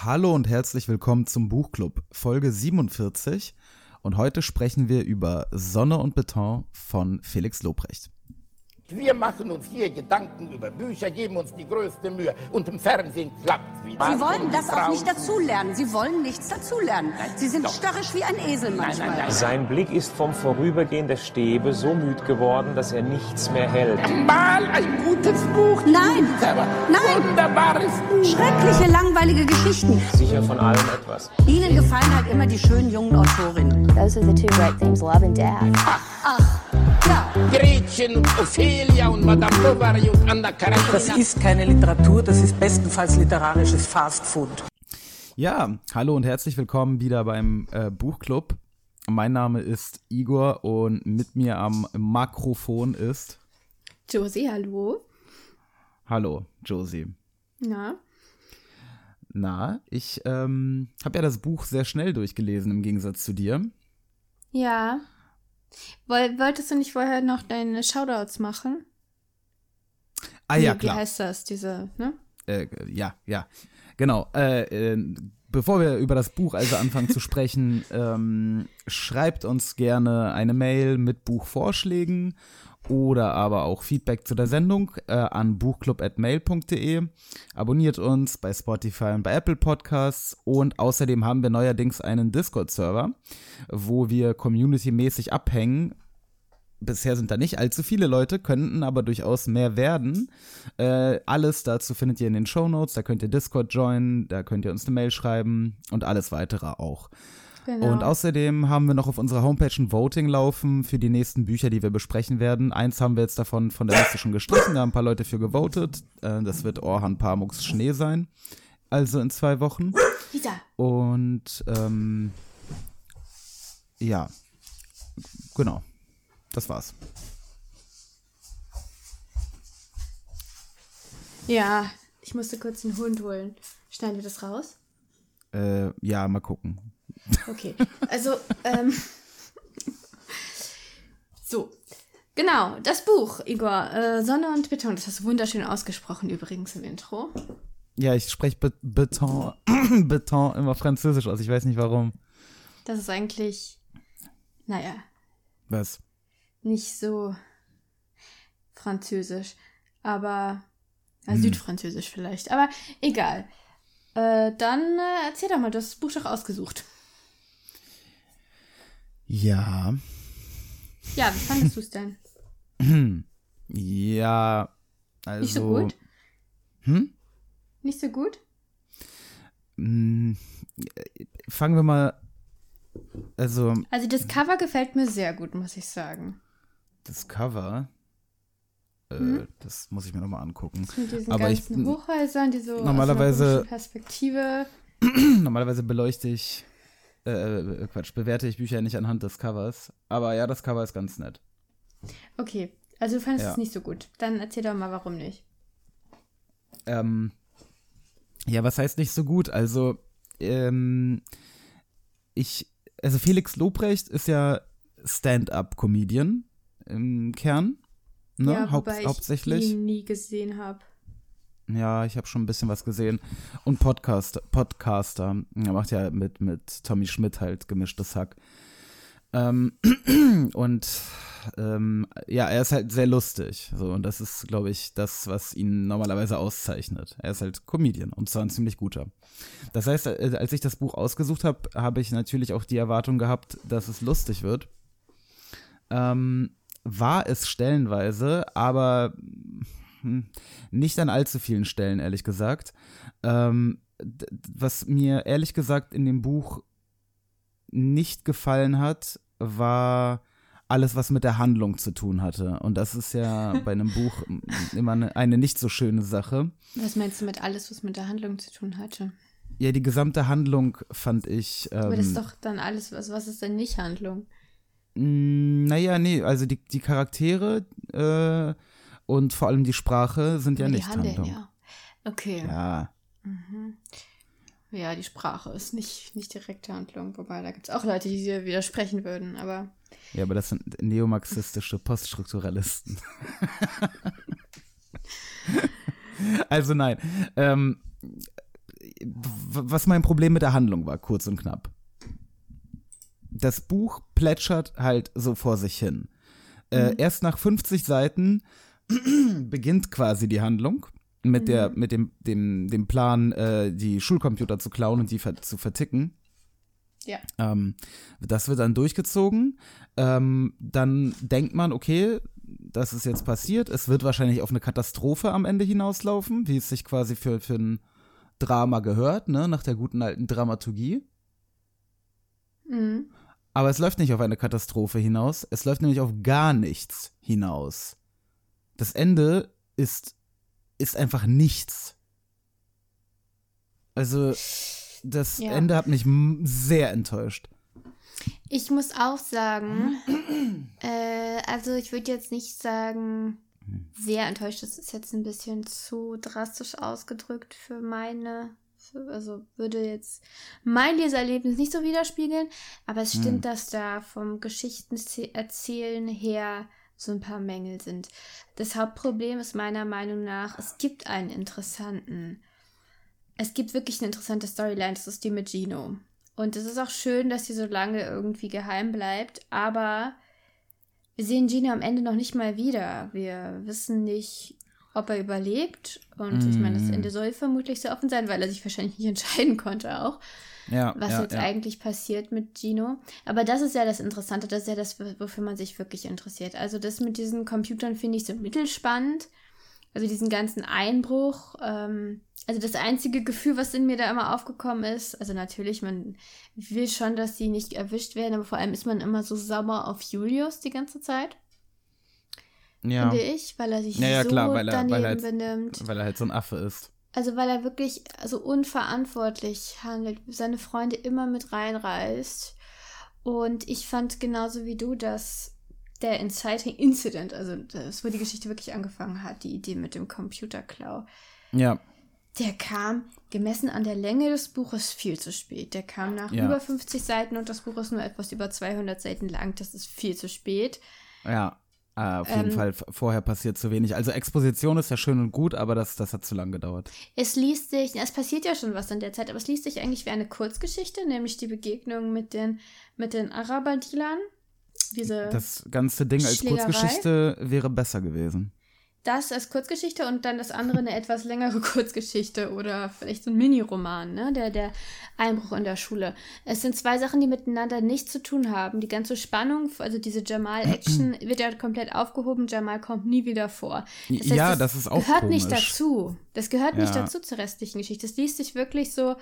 Hallo und herzlich willkommen zum Buchclub, Folge 47. Und heute sprechen wir über Sonne und Beton von Felix Lobrecht. Wir machen uns hier Gedanken über Bücher, geben uns die größte Mühe und im Fernsehen klappt es wieder. Sie wollen das auch nicht dazulernen. Sie wollen nichts dazulernen. Sie sind störrisch wie ein Esel manchmal. Nein. Sein Blick ist vom Vorübergehen der Stäbe so müd geworden, dass er nichts mehr hält. Mal ein gutes Buch. Nein. Nein. Wunderbares Buch. Schreckliche, langweilige Geschichten. Sicher von allem etwas. Ihnen gefallen halt immer die schönen jungen Autorinnen. Those are the two great themes, love and death. Ja. Gretchen und Ophelia und Madame Bovary und Anna Karenina. Das ist keine Literatur, das ist bestenfalls literarisches Fastfood. Ja, hallo und herzlich willkommen wieder beim Buchclub. Mein Name ist Igor und mit mir am Makrofon ist Josie, hallo. Hallo, Josie. Na, ich habe ja das Buch sehr schnell durchgelesen im Gegensatz zu dir. Ja. Wolltest du nicht vorher noch deine Shoutouts machen? Ja, Wie klar. heißt das, diese, ne? Ja, genau. Bevor wir über das Buch also anfangen zu sprechen, schreibt uns gerne eine Mail mit Buchvorschlägen oder aber auch Feedback zu der Sendung an buchclub@mail.de. Abonniert uns bei Spotify und bei Apple Podcasts und außerdem haben wir neuerdings einen Discord-Server, wo wir community-mäßig abhängen. Bisher sind da nicht allzu viele Leute, könnten aber durchaus mehr werden. Alles dazu findet ihr in den Shownotes, da könnt ihr Discord joinen, da könnt ihr uns eine Mail schreiben und alles weitere auch. Genau. Und außerdem haben wir noch auf unserer Homepage ein Voting laufen für die nächsten Bücher, die wir besprechen werden. Eins haben wir jetzt davon von der Liste schon gestrichen, da haben ein paar Leute für gewotet. Das wird Orhan Pamuks Schnee sein, also in 2 Wochen. Lisa. Und ja, genau. Das war's. Ja, ich musste kurz den Hund holen. Schneiden wir das raus? Ja, mal gucken. Okay, also, so, genau, das Buch, Igor, Sonne und Beton, das hast du wunderschön ausgesprochen übrigens im Intro. Ja, ich spreche Beton immer französisch aus, ich weiß nicht warum. Das ist eigentlich, naja, Was? nicht so französisch, aber südfranzösisch vielleicht, aber egal. Dann erzähl doch mal, du hast das Buch doch ausgesucht. Ja. Ja, wie fandest du es denn? Ja, also. Nicht so gut? Nicht so gut? Fangen wir mal. Also das Cover gefällt mir sehr gut, muss ich sagen. das Cover. Das muss ich mir nochmal angucken. Mit diesen Aber ganzen Hochhäusern, die so normalerweise- aus einer komischen Perspektive. Normalerweise bewerte ich Bücher nicht anhand des Covers. Aber ja, das Cover ist ganz nett. Okay, also du fandest Ja. es nicht so gut. Dann erzähl doch mal, warum nicht. Ja, was heißt nicht so gut? Also, Felix Lobrecht ist ja Stand-up-Comedian im Kern, ne? Ja, wobei Hauptsächlich. ich ihn nie gesehen habe. Ja, ich habe schon ein bisschen was gesehen. Und Podcaster. Er macht ja mit Tommy Schmidt halt gemischtes Hack. Ja, er ist halt sehr lustig. So, und das ist, glaube ich, das, was ihn normalerweise auszeichnet. Er ist halt Comedian und zwar ein ziemlich guter. Das heißt, als ich das Buch ausgesucht habe, habe ich natürlich auch die Erwartung gehabt, dass es lustig wird. War es stellenweise, aber nicht an allzu vielen Stellen, ehrlich gesagt. Was mir ehrlich gesagt in dem Buch nicht gefallen hat, war alles, was mit der Handlung zu tun hatte. Und das ist ja bei einem Buch immer eine nicht so schöne Sache. Was meinst du mit alles, was mit der Handlung zu tun hatte? Ja, die gesamte Handlung fand ich. Aber das ist doch dann alles, was ist denn nicht Handlung? Naja, nee, also die Charaktere und vor allem die Sprache sind ja Die nicht handeln, Handlung. ja. Okay. Ja. Ja, die Sprache ist nicht direkte Handlung, wobei da gibt es auch Leute, die dir widersprechen würden, aber Ja, aber das sind neomarxistische Poststrukturalisten. Also nein. was mein Problem mit der Handlung war, kurz und knapp. Das Buch plätschert halt so vor sich hin. Erst nach 50 Seiten beginnt quasi die Handlung mit dem Plan, die Schulcomputer zu klauen und die zu verticken. Ja. Das wird dann durchgezogen. Dann denkt man, okay, das ist jetzt passiert. Es wird wahrscheinlich auf eine Katastrophe am Ende hinauslaufen, wie es sich quasi für ein Drama gehört, ne, nach der guten alten Dramaturgie. Mhm. Aber es läuft nicht auf eine Katastrophe hinaus. Es läuft nämlich auf gar nichts hinaus. Das Ende ist einfach nichts. Also, das Ende hat mich sehr enttäuscht. Ich muss auch sagen, also ich würde jetzt nicht sagen, sehr enttäuscht, das ist jetzt ein bisschen zu drastisch ausgedrückt für also würde jetzt mein Leserlebnis nicht so widerspiegeln, aber es stimmt, dass da vom Geschichtenerzählen her so ein paar Mängel sind. Das Hauptproblem ist meiner Meinung nach, es gibt wirklich eine interessante Storyline, das ist die mit Gino. Und es ist auch schön, dass sie so lange irgendwie geheim bleibt, aber wir sehen Gino am Ende noch nicht mal wieder. Wir wissen nicht, ob er überlebt. Und ich meine, das Ende soll vermutlich sehr offen sein, weil er sich wahrscheinlich nicht entscheiden konnte auch, was jetzt eigentlich passiert mit Gino. Aber das ist ja das Interessante, das ist ja das, wofür man sich wirklich interessiert. Also das mit diesen Computern finde ich so mittelspannend. Also diesen ganzen Einbruch. Also das einzige Gefühl, was in mir da immer aufgekommen ist, also natürlich, man will schon, dass sie nicht erwischt werden, aber vor allem ist man immer so sauer auf Julius die ganze Zeit. Ja. Finde ich, weil er sich daneben benimmt. Weil er halt so ein Affe ist. Also weil er wirklich so unverantwortlich handelt, seine Freunde immer mit reinreißt. Und ich fand genauso wie du, dass der Inciting Incident, also das, wo die Geschichte wirklich angefangen hat, die Idee mit dem Computerklau, der kam, gemessen an der Länge des Buches, viel zu spät. Der kam nach über 50 Seiten und das Buch ist nur etwas über 200 Seiten lang. Das ist viel zu spät. Ja. Auf jeden Fall, vorher passiert zu wenig. Also Exposition ist ja schön und gut, aber das hat zu lang gedauert. Es passiert ja schon was in der Zeit, aber es liest sich eigentlich wie eine Kurzgeschichte, nämlich die Begegnung mit den Araber-Dealern. Das ganze Ding als Kurzgeschichte wäre besser gewesen. Das als Kurzgeschichte und dann das andere eine etwas längere Kurzgeschichte oder vielleicht so ein Mini-Roman, ne? Der Einbruch in der Schule. Es sind zwei Sachen, die miteinander nichts zu tun haben. Die ganze Spannung, also diese Jamal-Action wird ja komplett aufgehoben. Jamal kommt nie wieder vor. Das heißt, das ist auch gehört komisch. Nicht dazu. Das gehört nicht dazu zur restlichen Geschichte. Das liest sich wirklich so,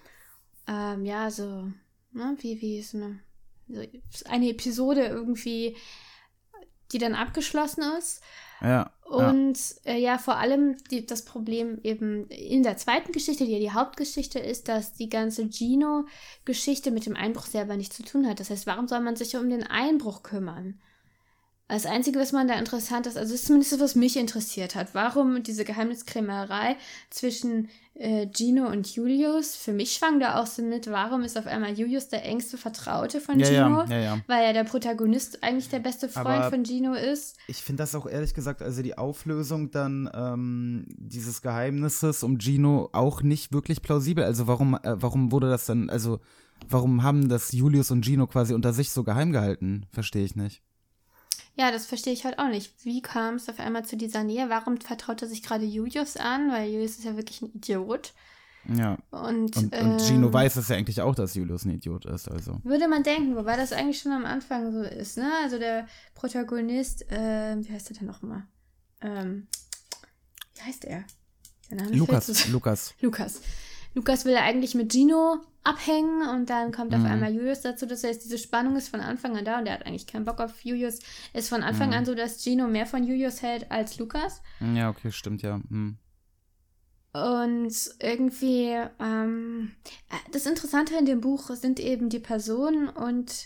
wie so eine Episode irgendwie, die dann abgeschlossen ist. Ja. Und vor allem das Problem eben in der zweiten Geschichte, die ja die Hauptgeschichte ist, dass die ganze Gino-Geschichte mit dem Einbruch selber nichts zu tun hat. Das heißt, warum soll man sich um den Einbruch kümmern? Das Einzige, was man da interessant ist, also das ist zumindest das, was mich interessiert hat. Warum diese Geheimniskrämerei zwischen Gino und Julius? Für mich schwang da auch so mit, warum ist auf einmal Julius der engste Vertraute von Gino? Ja. Weil ja der Protagonist eigentlich der beste Freund von Gino ist. Ich finde das auch ehrlich gesagt, also die Auflösung dann dieses Geheimnisses um Gino auch nicht wirklich plausibel. Also warum wurde das dann, also warum haben das Julius und Gino quasi unter sich so geheim gehalten? Verstehe ich nicht. Ja, das verstehe ich halt auch nicht. Wie kam es auf einmal zu dieser Nähe? Warum vertraut er sich gerade Julius an? Weil Julius ist ja wirklich ein Idiot. Ja. Und Gino weiß es ja eigentlich auch, dass Julius ein Idiot ist. Also. Würde man denken, wobei das eigentlich schon am Anfang so ist, ne? Also der Protagonist, wie heißt der denn nochmal? Wie heißt er? Lukas. Lukas will ja eigentlich mit Gino abhängen und dann kommt auf einmal Julius dazu. Das heißt, diese Spannung ist von Anfang an da und er hat eigentlich keinen Bock auf Julius. Ist von Anfang an so, dass Gino mehr von Julius hält als Lukas. Ja, okay, stimmt, ja. Und irgendwie, das Interessante in dem Buch sind eben die Personen und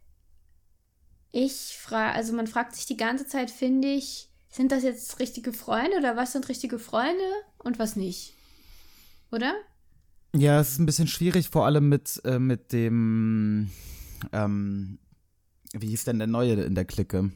man fragt sich die ganze Zeit, finde ich, sind das jetzt richtige Freunde oder was sind richtige Freunde und was nicht? Oder? Ja, es ist ein bisschen schwierig, vor allem mit dem, wie hieß denn der Neue in der Clique?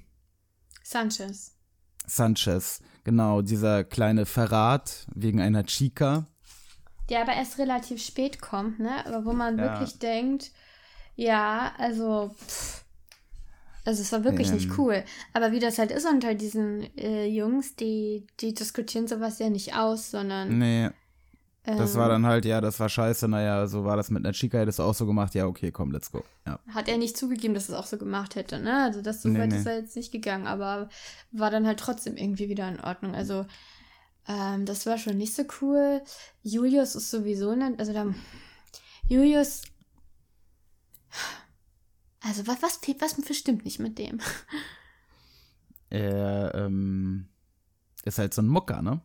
Sanchez, genau, dieser kleine Verrat wegen einer Chica. der aber erst relativ spät kommt, ne? Aber wo man wirklich denkt, ja, also, also es war wirklich nicht cool. Aber wie das halt ist unter diesen Jungs, die diskutieren sowas ja nicht aus, sondern Nee. Das war dann halt, ja, das war scheiße, naja, so war das mit einer Chica, hättest du auch so gemacht, ja, okay, komm, let's go. Ja. hat er nicht zugegeben, dass er es auch so gemacht hätte, ne? Also das so weit ist er jetzt nicht gegangen, aber war dann halt trotzdem irgendwie wieder in Ordnung. Also das war schon nicht so cool. Julius ist sowieso nicht, also da Julius, also was stimmt nicht mit dem? Er ist halt so ein Mucker, ne?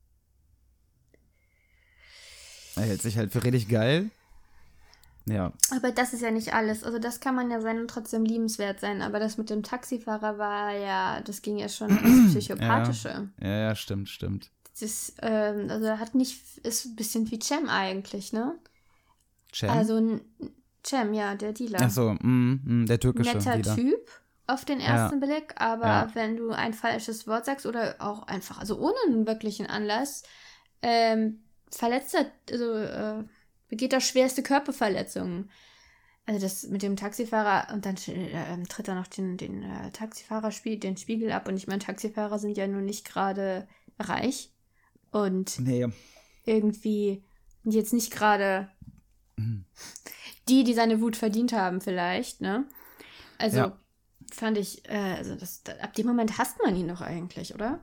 Er hält sich halt für richtig geil. Ja. Aber das ist ja nicht alles. Also das kann man ja sein und trotzdem liebenswert sein. Aber das mit dem Taxifahrer war ja, das ging ja schon ins Psychopathische. Ja, stimmt. Das, also er hat nicht, ist ein bisschen wie Cem eigentlich, ne? Cem? Also Cem, ja, der Dealer. Ach so, der türkische Netter Dealer. Typ auf den ersten Blick, aber wenn du ein falsches Wort sagst oder auch einfach, also ohne einen wirklichen Anlass, verletzt er, also begeht er schwerste Körperverletzungen. Also das mit dem Taxifahrer und dann tritt er noch den Taxifahrer den Spiegel ab und ich meine, Taxifahrer sind ja nun nicht gerade reich und irgendwie jetzt nicht gerade die seine Wut verdient haben vielleicht, ne? Also fand ich, also ab dem Moment hasst man ihn doch eigentlich, oder?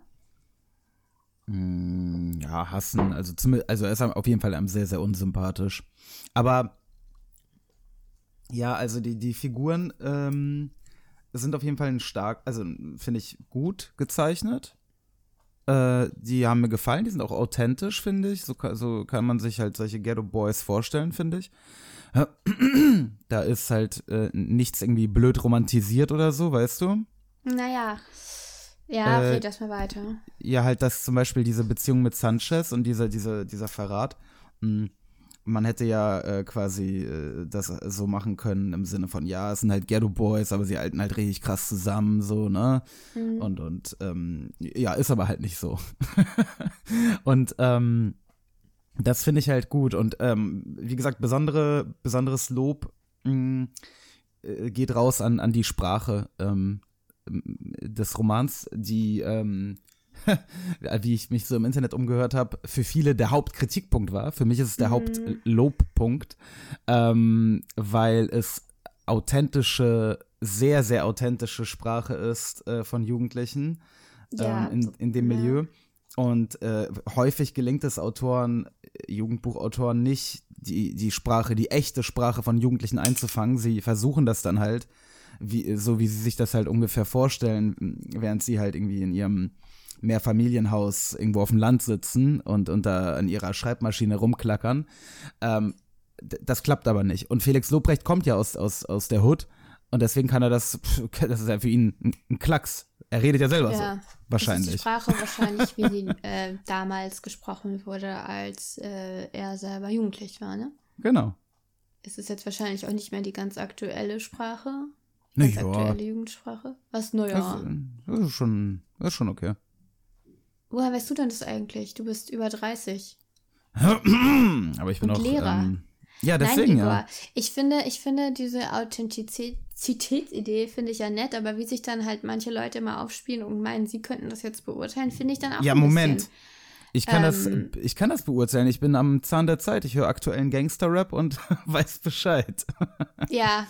Ja, hassen. Also er ist auf jeden Fall einem sehr, sehr unsympathisch. Aber ja, also die Figuren sind auf jeden Fall also finde ich gut gezeichnet. Die haben mir gefallen, die sind auch authentisch, finde ich. So kann man sich halt solche Ghetto Boys vorstellen, finde ich. Da ist halt nichts irgendwie blöd romantisiert oder so, weißt du? Naja. Ja, red das mal weiter. Ja, halt das zum Beispiel diese Beziehung mit Sanchez und dieser Verrat. Man hätte ja quasi das so machen können im Sinne von, ja, es sind halt Ghetto Boys, aber sie halten halt richtig krass zusammen, so, ne? Und ja, ist aber halt nicht so. Und das finde ich halt gut. Und wie gesagt, besonderes Lob geht raus an die Sprache des Romans, die, wie ich mich so im Internet umgehört habe, für viele der Hauptkritikpunkt war. Für mich ist es der Hauptlobpunkt, weil es sehr, sehr authentische Sprache ist von Jugendlichen in dem Milieu. Und häufig gelingt es Jugendbuchautoren nicht, die echte Sprache von Jugendlichen einzufangen. Sie versuchen das dann halt, wie sie sich das halt ungefähr vorstellen, während sie halt irgendwie in ihrem Mehrfamilienhaus irgendwo auf dem Land sitzen und da an ihrer Schreibmaschine rumklackern. Das klappt aber nicht. Und Felix Lobrecht kommt ja aus der Hood und deswegen kann er das ist ja für ihn ein Klacks. Er redet ja selber so, wahrscheinlich. Das ist die Sprache wahrscheinlich, wie sie damals gesprochen wurde, als er selber jugendlich war, ne? Genau. Es ist jetzt wahrscheinlich auch nicht mehr die ganz aktuelle Sprache. Naja. Aktuelle Jugendsprache? Was? Naja. Das ist schon okay. Woher weißt du denn das eigentlich? Du bist über 30. Aber ich bin und auch Lehrer. Ja, deswegen, Nein, ja. Ich finde diese Authentizitätsidee finde ich ja nett, aber wie sich dann halt manche Leute immer aufspielen und meinen, sie könnten das jetzt beurteilen, finde ich dann auch ja, ein Moment. bisschen. Ich kann das beurteilen. Ich bin am Zahn der Zeit. Ich höre aktuellen Gangster-Rap und weiß Bescheid. Ja,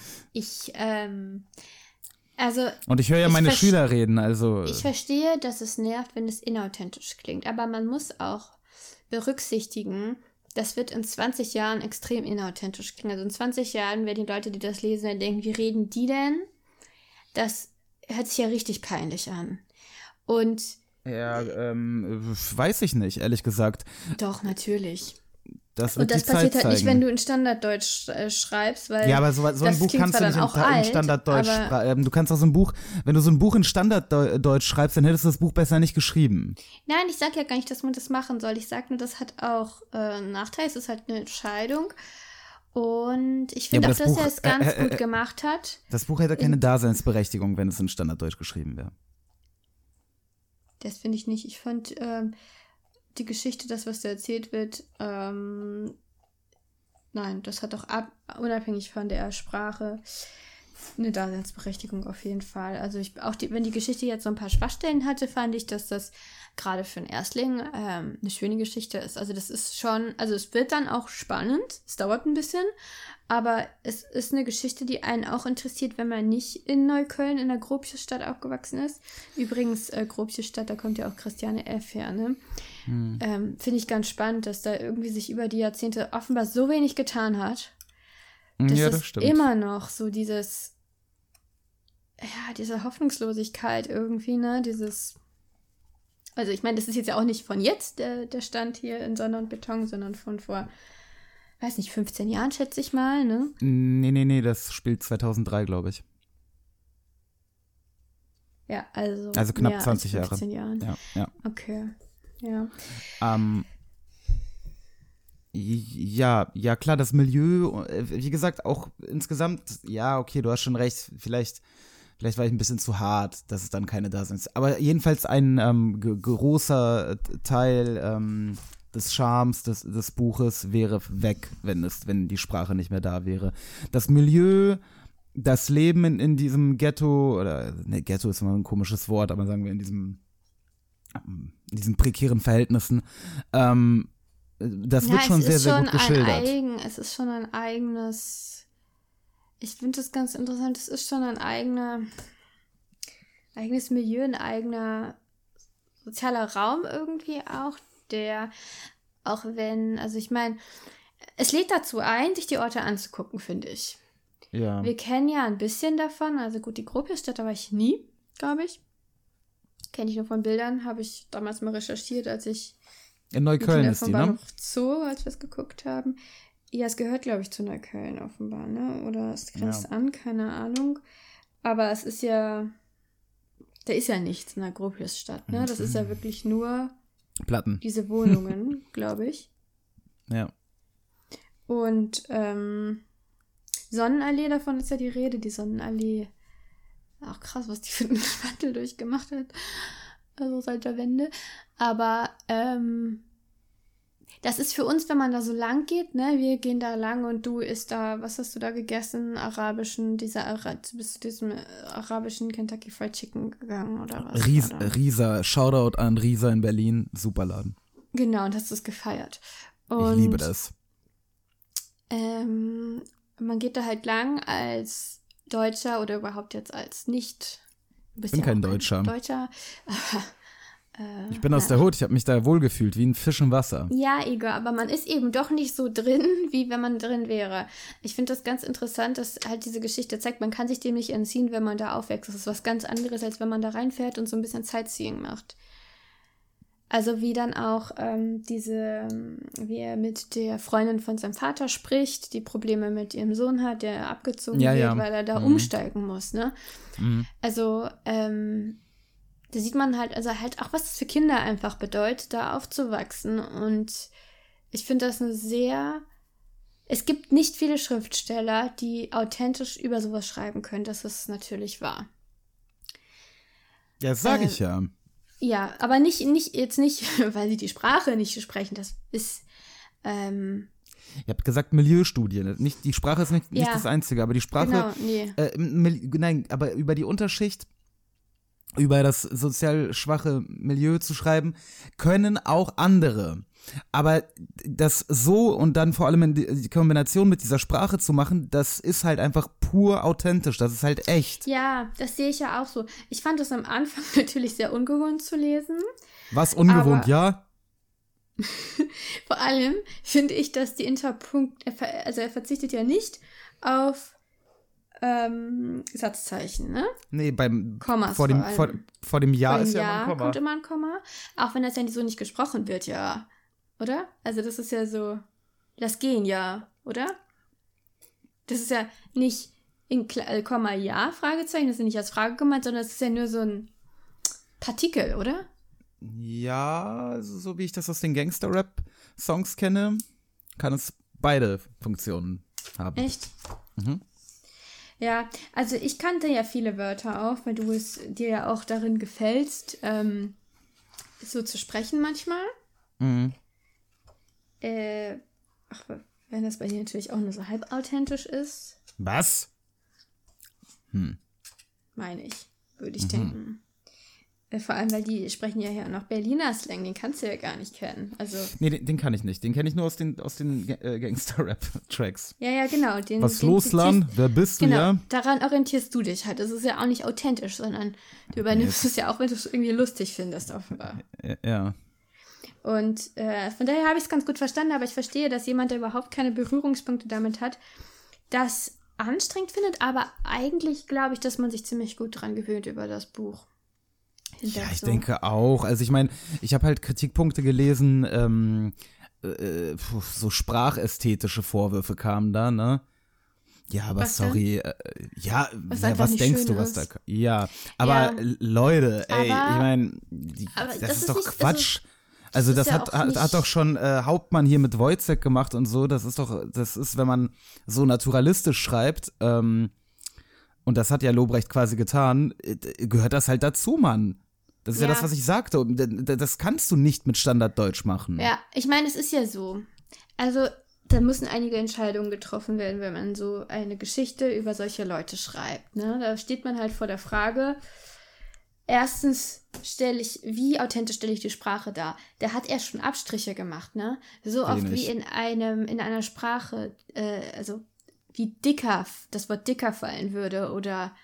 und ich höre ja meine Schüler reden, also. Ich verstehe, dass es nervt, wenn es inauthentisch klingt, aber man muss auch berücksichtigen, das wird in 20 Jahren extrem inauthentisch klingen. Also in 20 Jahren werden die Leute, die das lesen, dann denken, wie reden die denn? Das hört sich ja richtig peinlich an. Und ja, weiß ich nicht, ehrlich gesagt. Doch, natürlich. Das wird und das die Zeit passiert halt zeigen. nicht, wenn du in Standarddeutsch schreibst, weil ja, aber so ein Buch kannst du nicht in Standarddeutsch schreiben. Du kannst auch wenn du so ein Buch in Standarddeutsch schreibst, dann hättest du das Buch besser nicht geschrieben. Nein, ich sag ja gar nicht, dass man das machen soll. Ich sag nur, das hat auch einen Nachteil. Es ist halt eine Entscheidung. Und ich finde auch, dass er es ganz gut gemacht hat. Das Buch hätte keine Daseinsberechtigung, wenn es in Standarddeutsch geschrieben wäre. Das finde ich nicht. Ich fand, die Geschichte, das, was da erzählt wird, nein, das hat auch unabhängig von der Sprache eine Daseinsberechtigung auf jeden Fall. Also wenn die Geschichte jetzt so ein paar Schwachstellen hatte, fand ich, dass das gerade für einen Erstling eine schöne Geschichte ist. Also das ist schon, also es wird dann auch spannend, es dauert ein bisschen, aber es ist eine Geschichte, die einen auch interessiert, wenn man nicht in Neukölln, in der Gropiusstadt aufgewachsen ist. Übrigens, Gropiusstadt, da kommt ja auch Christiane F. her, ne? Finde ich ganz spannend, dass da irgendwie sich über die Jahrzehnte offenbar so wenig getan hat. Das stimmt. Immer noch so diese Hoffnungslosigkeit irgendwie, ne? Also ich meine, das ist jetzt ja auch nicht von jetzt der Stand hier in Sonne und Beton, sondern von vor, weiß nicht, 15 Jahren, schätze ich mal, ne? Nee, das spielt 2003, glaube ich. Ja, also knapp 20 Jahre. 15 Jahren. Ja. Okay, ja. Ja, klar, das Milieu, wie gesagt, auch insgesamt, ja, okay, du hast schon recht, vielleicht war ich ein bisschen zu hart, dass es dann keine da sind. Aber jedenfalls ein großer Teil des Charmes des Buches wäre weg, wenn die Sprache nicht mehr da wäre. Das Milieu, das Leben in diesem Ghetto, oder ne, Ghetto ist immer ein komisches Wort, aber sagen wir in diesen prekären Verhältnissen, das wird schon sehr, sehr gut geschildert. Es ist schon ein eigenes, ich finde das ganz interessant, es ist schon ein eigenes Milieu, ein eigener sozialer Raum irgendwie auch, der, auch wenn, also ich meine, es lädt dazu ein, sich die Orte anzugucken, finde ich. Ja. Wir kennen ja ein bisschen davon, also gut, die Gropiusstadt, da war ich nie, glaube ich. Kenne ich nur von Bildern, habe ich damals mal recherchiert, als ich in Neukölln ist die, ne? Zoo, als wir es geguckt haben. Ja, es gehört, glaube ich, zu Neukölln offenbar, ne? Oder es grenzt an, keine Ahnung. Aber es ist ja, da ist ja nichts in der Gropiusstadt, ne? Das ist ja wirklich nur Platten. Diese Wohnungen, glaube ich. Ja. Und Sonnenallee, davon ist ja die Rede. Die Sonnenallee, auch krass, was die für einen Wandel durchgemacht hat. Also seit der Wende. Aber das ist für uns, wenn man da so lang geht, ne, wir gehen da lang und du isst da, was hast du da gegessen? Bist zu diesem arabischen Kentucky Fried Chicken gegangen oder was? Risa, Shoutout an Risa in Berlin, super Laden. Genau, und hast es gefeiert. Und, ich liebe das. Man geht da halt lang als Deutscher oder überhaupt jetzt als nicht. Ich bin kein Deutscher. Ich bin aus der Hut, ich habe mich da wohlgefühlt, wie ein Fisch im Wasser. Ja, Igor, aber man ist eben doch nicht so drin, wie wenn man drin wäre. Ich finde das ganz interessant, dass halt diese Geschichte zeigt, man kann sich dem nicht entziehen, wenn man da aufwächst. Das ist was ganz anderes, als wenn man da reinfährt und so ein bisschen Sightseeing macht. Also wie dann auch wie er mit der Freundin von seinem Vater spricht, die Probleme mit ihrem Sohn hat, der abgezogen wird, weil er da umsteigen muss, ne? Also, da sieht man halt, also halt auch, was das für Kinder einfach bedeutet, da aufzuwachsen. Und ich finde das es gibt nicht viele Schriftsteller, die authentisch über sowas schreiben können. Das ist natürlich wahr. Ja, das sage ich ja. Ja, aber nicht, weil sie die Sprache nicht sprechen. Das ist, Ihr habt gesagt Milieustudien. Nicht, die Sprache ist nicht das Einzige, aber die Sprache. Genau, nein, aber über die Unterschicht, über das sozial schwache Milieu zu schreiben, können auch andere. Aber das so und dann vor allem in die Kombination mit dieser Sprache zu machen, das ist halt einfach pur authentisch, das ist halt echt. Ja, das sehe ich ja auch so. Ich fand das am Anfang natürlich sehr ungewohnt zu lesen. Was ungewohnt, ja? Vor allem finde ich, dass die Interpunkt, er verzichtet ja nicht auf Satzzeichen, ne? Nee, beim Kommas vor dem Ja ist ja immer ein Komma. Kommt immer ein Komma, auch wenn das ja so nicht gesprochen wird, ja. Oder? Also das ist ja so, lass gehen, ja, oder? Das ist ja nicht in Komma ja, Fragezeichen, das ist ja nicht als Frage gemeint, sondern es ist ja nur so ein Partikel, oder? Ja, so wie ich das aus den Gangster-Rap-Songs kenne, kann es beide Funktionen haben. Echt? Mhm. Ja, also ich kannte ja viele Wörter auch, weil du es dir ja auch darin gefällst, so zu sprechen manchmal. Mhm. Wenn das bei dir natürlich auch nur so halb authentisch ist, Was? meine ich, würde ich denken. Vor allem, weil die sprechen ja hier auch noch Berliner Slang, den kannst du ja gar nicht kennen. Also, Nee, den kann ich nicht. Den kenne ich nur aus den Gangster-Rap-Tracks. ja, genau. Was los, Lan? Wer bist du, Genau, ja? daran orientierst du dich halt. Das ist ja auch nicht authentisch, sondern du übernimmst es ja auch, wenn du es irgendwie lustig findest, offenbar. Ja. Und von daher habe ich es ganz gut verstanden, aber ich verstehe, dass jemand, der überhaupt keine Berührungspunkte damit hat, das anstrengend findet, aber eigentlich glaube ich, dass man sich ziemlich gut dran gewöhnt über das Buch. Ja, ich denke auch. Also ich meine, ich habe halt Kritikpunkte gelesen, so sprachästhetische Vorwürfe kamen da, ne? Ja, aber Was sorry, was denkst du, was da... ist. Ja, aber Ja. Leute, ey, Aber- ich meine, aber das ist doch nicht- Quatsch. Also das ist ja hat auch nicht- doch schon Hauptmann hier mit Wojciech gemacht und so. Das ist, wenn man so naturalistisch schreibt, und das hat ja Lobrecht quasi getan, gehört das halt dazu, Mann. Das ist ja Ja. das, was ich sagte. Das kannst du nicht mit Standarddeutsch machen. Ja, ich meine, es ist ja so. Also, da müssen einige Entscheidungen getroffen werden, wenn man so eine Geschichte über solche Leute schreibt. Ne? Da steht man halt vor der Frage, erstens wie authentisch stelle ich die Sprache dar? Da hat er schon Abstriche gemacht, ne? So oft Wenig. wie in einer Sprache, also wie dicker, das Wort dicker fallen würde oder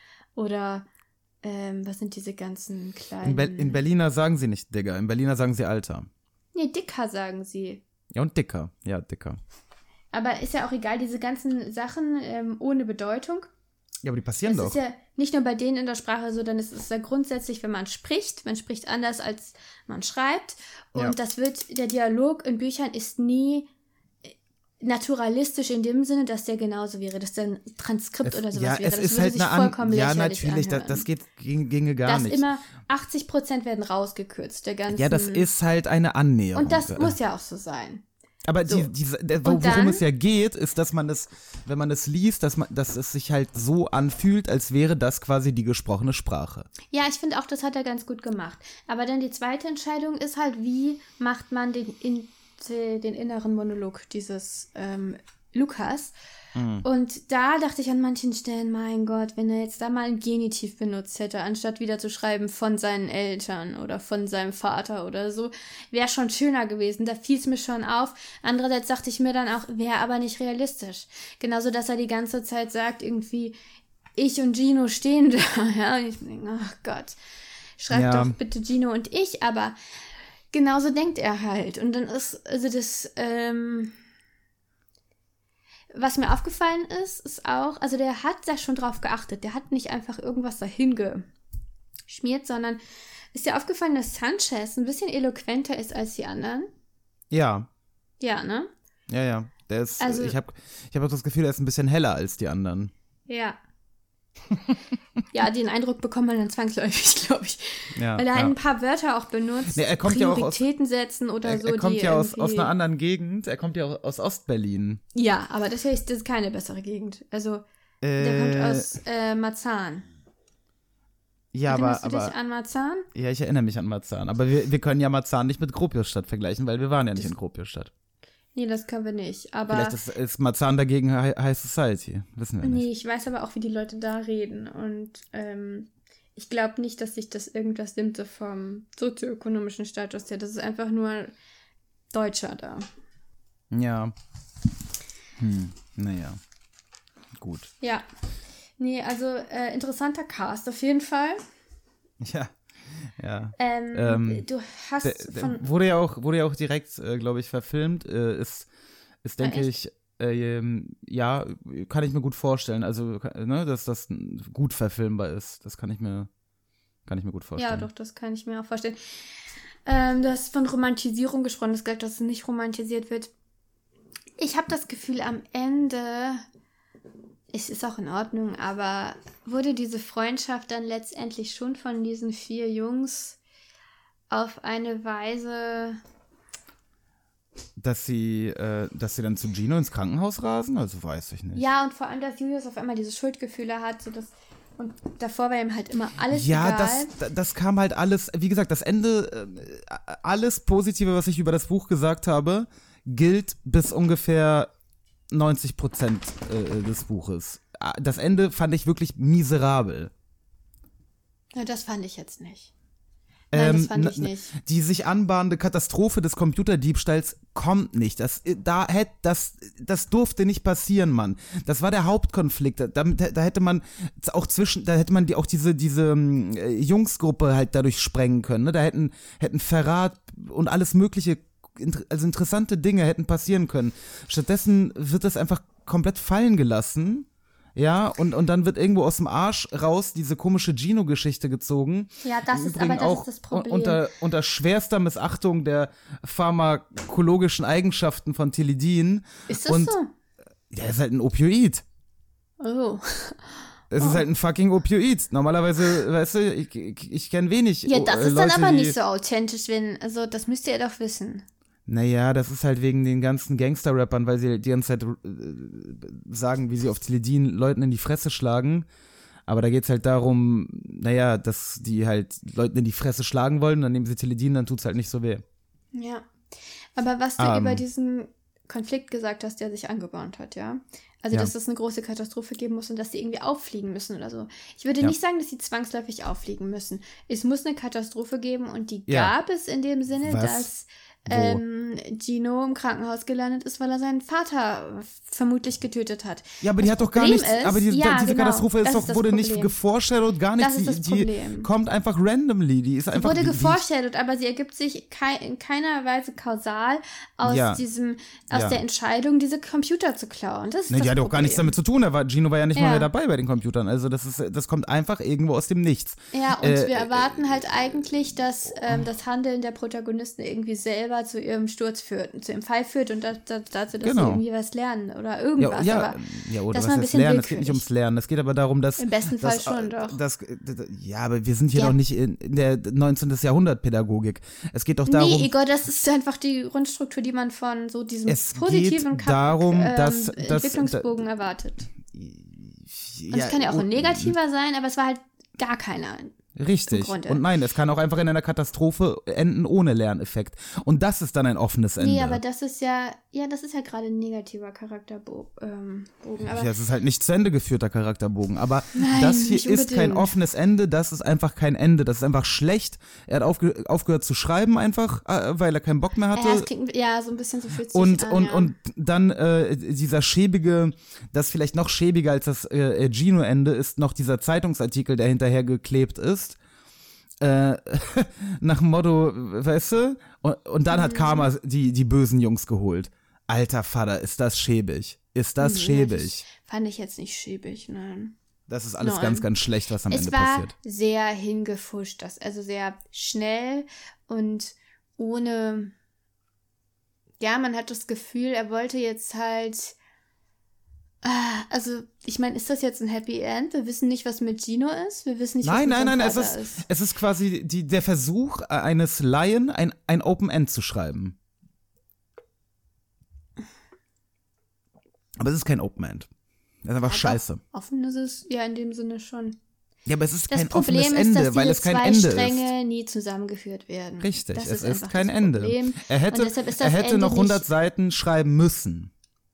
was sind diese ganzen kleinen... In Berliner sagen sie nicht Digger, in Berliner sagen sie Alter. Nee, dicker sagen sie. Ja, und dicker. Ja, dicker. Aber ist ja auch egal, diese ganzen Sachen ohne Bedeutung. Ja, aber die passieren Das doch. ist ja nicht nur bei denen in der Sprache so, denn es ist ja grundsätzlich, wenn man spricht anders als man schreibt. Und Ja. der Dialog in Büchern ist nie naturalistisch in dem Sinne, dass der genauso wäre, dass der ein Transkript oder sowas ja, wäre. es Das ist würde halt sich eine vollkommen ja, lächerlich natürlich, anhören. das ginge gar Das nicht. immer 80% werden rausgekürzt, der ganzen... Ja, das ist halt eine Annäherung. Und das muss ja auch so sein. Aber So. worum dann- es ja geht, ist, dass man das, wenn man es liest, dass es sich halt so anfühlt, als wäre das quasi die gesprochene Sprache. Ja, ich finde auch, das hat er ganz gut gemacht. Aber dann die zweite Entscheidung ist halt, wie macht man den inneren Monolog dieses Lukas. Und da dachte ich an manchen Stellen, mein Gott, wenn er jetzt da mal ein Genitiv benutzt hätte, anstatt wieder zu schreiben von seinen Eltern oder von seinem Vater oder so, wäre schon schöner gewesen. Da fiel es mir schon auf. Andererseits dachte ich mir dann auch, wäre aber nicht realistisch. Genauso, dass er die ganze Zeit sagt, irgendwie, ich und Gino stehen da. Ja, und ich denke, ach Gott, schreib Ja. doch bitte Gino und ich, aber genauso denkt er halt. Und dann ist, also das, was mir aufgefallen ist auch, also der hat da schon drauf geachtet. Der hat nicht einfach irgendwas dahin geschmiert, sondern ist dir aufgefallen, dass Sanchez ein bisschen eloquenter ist als die anderen? Ja, Ja, ne? ja. Der ist, Also- ich hab auch das Gefühl, er ist ein bisschen heller als die anderen. Ja. Ja, den Eindruck bekommt man dann zwangsläufig, glaube ich. Ja, Weil er ja. ein paar Wörter auch benutzt, Nee, er kommt ja auch aus- Prioritäten setzen oder so. Er kommt die ja aus irgendwie- einer anderen Gegend. Er kommt ja auch aus Ostberlin. Ja, aber das ist keine bessere Gegend. Also, der kommt aus Marzahn. Ja, Erinnerst du aber dich an Marzahn? ja, ich erinnere mich an Marzahn. Aber wir können ja Marzahn nicht mit Gropiusstadt vergleichen, weil wir waren ja nicht in Gropiusstadt. Nee, das können wir nicht. Aber Vielleicht ist Marzahn dagegen High Society. Wissen wir nicht. nee, ich weiß aber auch, wie die Leute da reden. Und ich glaube nicht, dass sich das irgendwas nimmt so vom sozioökonomischen Status her. Das ist einfach nur Deutscher da. Ja. Naja. Gut. Ja. Nee, also interessanter Cast auf jeden Fall. Ja. Ja. Du hast von... Wurde ja auch direkt, glaube ich, verfilmt. Ist denke echt? ich, ja, kann ich mir gut vorstellen. Also, ne, dass das gut verfilmbar ist. Das kann ich mir gut vorstellen. Ja, doch, das kann ich mir auch vorstellen. Du hast von Romantisierung gesprochen, das gesagt, dass es nicht romantisiert wird. Ich habe das Gefühl, am Ende, es ist auch in Ordnung, aber wurde diese Freundschaft dann letztendlich schon von diesen 4 Jungs auf eine Weise... Dass sie dann zu Gino ins Krankenhaus rasen? Also weiß ich nicht. Ja, und vor allem, dass Julius auf einmal diese Schuldgefühle hat, so dass Und davor war ihm halt immer alles ja, egal. das kam halt alles, wie gesagt, das Ende, alles Positive, was ich über das Buch gesagt habe, gilt bis ungefähr 90% des Buches. Das Ende fand ich wirklich miserabel. Ja, das fand ich jetzt nicht. Nein, das fand ich nicht. Die sich anbahnende Katastrophe des Computerdiebstahls kommt nicht. Das durfte nicht passieren, Mann. Das war der Hauptkonflikt. Da hätte man auch diese Jungsgruppe halt dadurch sprengen können. Ne? Da hätten Verrat und alles mögliche, also interessante Dinge hätten passieren können. Stattdessen wird das einfach komplett fallen gelassen. Ja, und dann wird irgendwo aus dem Arsch raus diese komische Gino-Geschichte gezogen. Ja, das ist das Problem. Unter schwerster Missachtung der pharmakologischen Eigenschaften von Tilidin. Ist das so? Ja, ist halt ein Opioid. Oh. Es ist halt ein fucking Opioid. Normalerweise, weißt du, ich kenne wenig Ja, das ist Leute, dann aber nicht so authentisch, also das müsst ihr doch wissen. Naja, das ist halt wegen den ganzen Gangster-Rappern, weil sie die ganze Zeit sagen, wie sie auf Tilidin Leuten in die Fresse schlagen. Aber da geht's halt darum, naja, dass die halt Leuten in die Fresse schlagen wollen, dann nehmen sie Tilidin, dann tut's halt nicht so weh. Ja, aber was du über diesen Konflikt gesagt hast, der sich angebahnt hat, ja? Also, dass es eine große Katastrophe geben muss und dass sie irgendwie auffliegen müssen oder so. Ich würde nicht sagen, dass sie zwangsläufig auffliegen müssen. Es muss eine Katastrophe geben und die gab es in dem Sinne, dass Gino im Krankenhaus gelandet ist, weil er seinen Vater vermutlich getötet hat. Ja, aber die hat doch gar nichts, aber diese Katastrophe wurde nicht geforeshadowt, gar nichts. Das ist das Problem. Die kommt einfach randomly, die ist einfach... Sie wurde geforeshadowt, aber sie ergibt sich in keiner Weise kausal aus der Entscheidung, diese Computer zu klauen. Das ist das die hat Problem. auch gar nichts damit zu tun, Gino war ja nicht mal mehr dabei bei den Computern, also das kommt einfach irgendwo aus dem Nichts. Ja, und wir erwarten halt eigentlich, dass das Handeln der Protagonisten irgendwie selber zu ihrem Sturz führt, zu ihrem Fall führt und dazu, dass sie irgendwie was lernen oder irgendwas. Oder das was heißt lernen? Es geht nicht ums Lernen, es geht aber darum, dass... Im besten Fall schon, doch. Ja, aber wir sind hier doch nicht in der 19. Jahrhundert-Pädagogik. Es geht doch darum... Nee, Igor, das ist einfach die Grundstruktur, die man von so diesem positiven Entwicklungsbogen erwartet. Und es kann ja auch ein negativer sein, aber es war halt gar keiner. Richtig. Und nein, es kann auch einfach in einer Katastrophe enden ohne Lerneffekt. Und das ist dann ein offenes Ende. Nee, aber das ist ja gerade ein negativer Charakterbogen. Aber es ist halt nicht zu Ende geführter Charakterbogen. Aber nein, das hier ist kein offenes Ende, das ist einfach kein Ende. Das ist einfach schlecht. Er hat aufgehört zu schreiben einfach, weil er keinen Bock mehr hatte. Ja, das klingt, so ein bisschen so fühlt sich an. Und dann dieser schäbige, das vielleicht noch schäbiger als das Gino-Ende ist noch dieser Zeitungsartikel, der hinterher geklebt ist. Nach dem Motto, weißt du? Und dann hat Karma die bösen Jungs geholt. Alter Vater, ist das schäbig? Ist das schäbig? Das fand ich jetzt nicht schäbig, nein. Das ist alles ganz, ganz schlecht, was am Ende passiert. Es war sehr hingefuscht, also sehr schnell und ohne, man hat das Gefühl, er wollte jetzt halt, also, ich meine, ist das jetzt ein Happy End? Wir wissen nicht, was mit Gino ist. Wir wissen nicht, was mit seinem Vater ist. Es ist quasi der Versuch eines Laien, ein Open End zu schreiben. Aber es ist kein Open End. Das ist einfach scheiße. Offen ist es ja in dem Sinne schon. Ja, aber es ist kein offenes Ende, weil es kein Ende ist. Das Problem ist, dass diese zwei Stränge nie zusammengeführt werden. Richtig, es ist kein Ende. Er hätte Ende noch 100 Seiten schreiben müssen.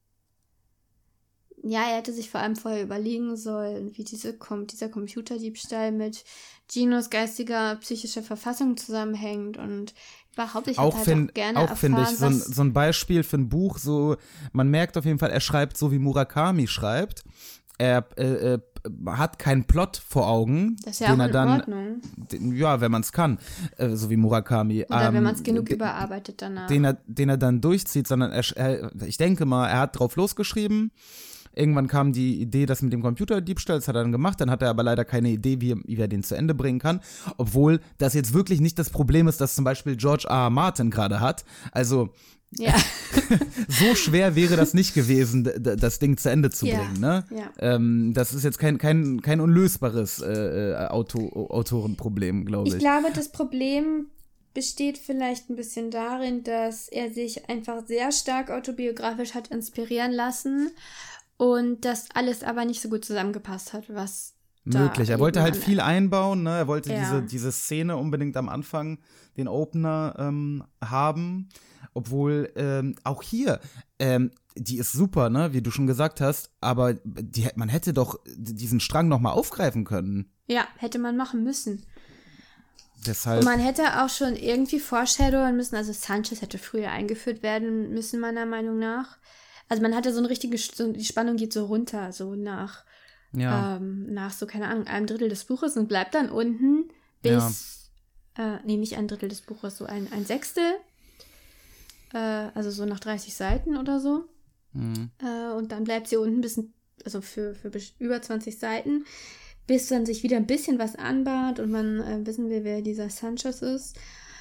Ja, er hätte sich vor allem vorher überlegen sollen, wie dieser Computerdiebstahl mit Ginos geistiger, psychischer Verfassung zusammenhängt und überhaupt, ich hätte halt auch gerne erfahren, finde ich, so ein Beispiel für ein Buch, so, man merkt auf jeden Fall, er schreibt so, wie Murakami schreibt. Er hat keinen Plot vor Augen, das ist ja auch in Ordnung. Wenn man es kann, so wie Murakami. Oder wenn man es genug überarbeitet danach. Den er dann durchzieht, sondern ich denke mal, er hat drauf losgeschrieben. Irgendwann kam die Idee, das mit dem Computerdiebstahl, das hat er dann gemacht, dann hat er aber leider keine Idee, wie er den zu Ende bringen kann, obwohl das jetzt wirklich nicht das Problem ist, das zum Beispiel George R. R. Martin gerade hat, also so schwer wäre das nicht gewesen, das Ding zu Ende zu bringen, ne? Ja. Das ist jetzt kein unlösbares Autorenproblem, glaube ich. Ich glaube, das Problem besteht vielleicht ein bisschen darin, dass er sich einfach sehr stark autobiografisch hat inspirieren lassen und das alles aber nicht so gut zusammengepasst hat, was Möglich. Er wollte halt viel einbauen, ne? Er wollte Ja. diese Szene unbedingt am Anfang, den Opener, haben. Obwohl, auch hier, die ist super, ne? Wie du schon gesagt hast, aber man hätte doch diesen Strang noch mal aufgreifen können. Ja, hätte man machen müssen. Deshalb. Und man hätte auch schon irgendwie foreshadowen müssen, also Sanchez hätte früher eingeführt werden müssen, meiner Meinung nach. Also man hatte so eine richtige, die Spannung geht so runter, so nach so, keine Ahnung, einem Drittel des Buches und bleibt dann unten bis, nicht ein Drittel des Buches, so ein Sechstel, also so nach 30 Seiten oder so. Und dann bleibt sie unten also für über 20 Seiten, bis dann sich wieder ein bisschen was anbahnt und man wissen will, wer dieser Sanchez ist.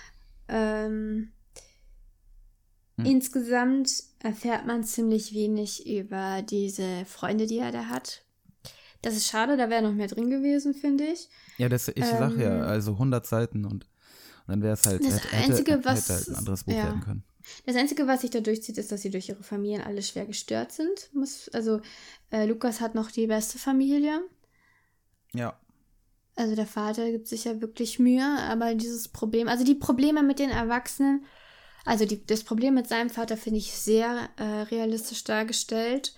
Insgesamt erfährt man ziemlich wenig über diese Freunde, die er da hat. Das ist schade, da wäre noch mehr drin gewesen, finde ich. Ja, ich sag ja, also 100 Seiten und dann wäre es halt, hätte halt ein anderes Buch werden können. Das Einzige, was sich da durchzieht, ist, dass sie durch ihre Familien alle schwer gestört sind. Lukas hat noch die beste Familie. Ja. Also der Vater gibt sich ja wirklich Mühe, aber dieses Problem, also die Probleme mit den Erwachsenen, also das Problem mit seinem Vater finde ich sehr realistisch dargestellt.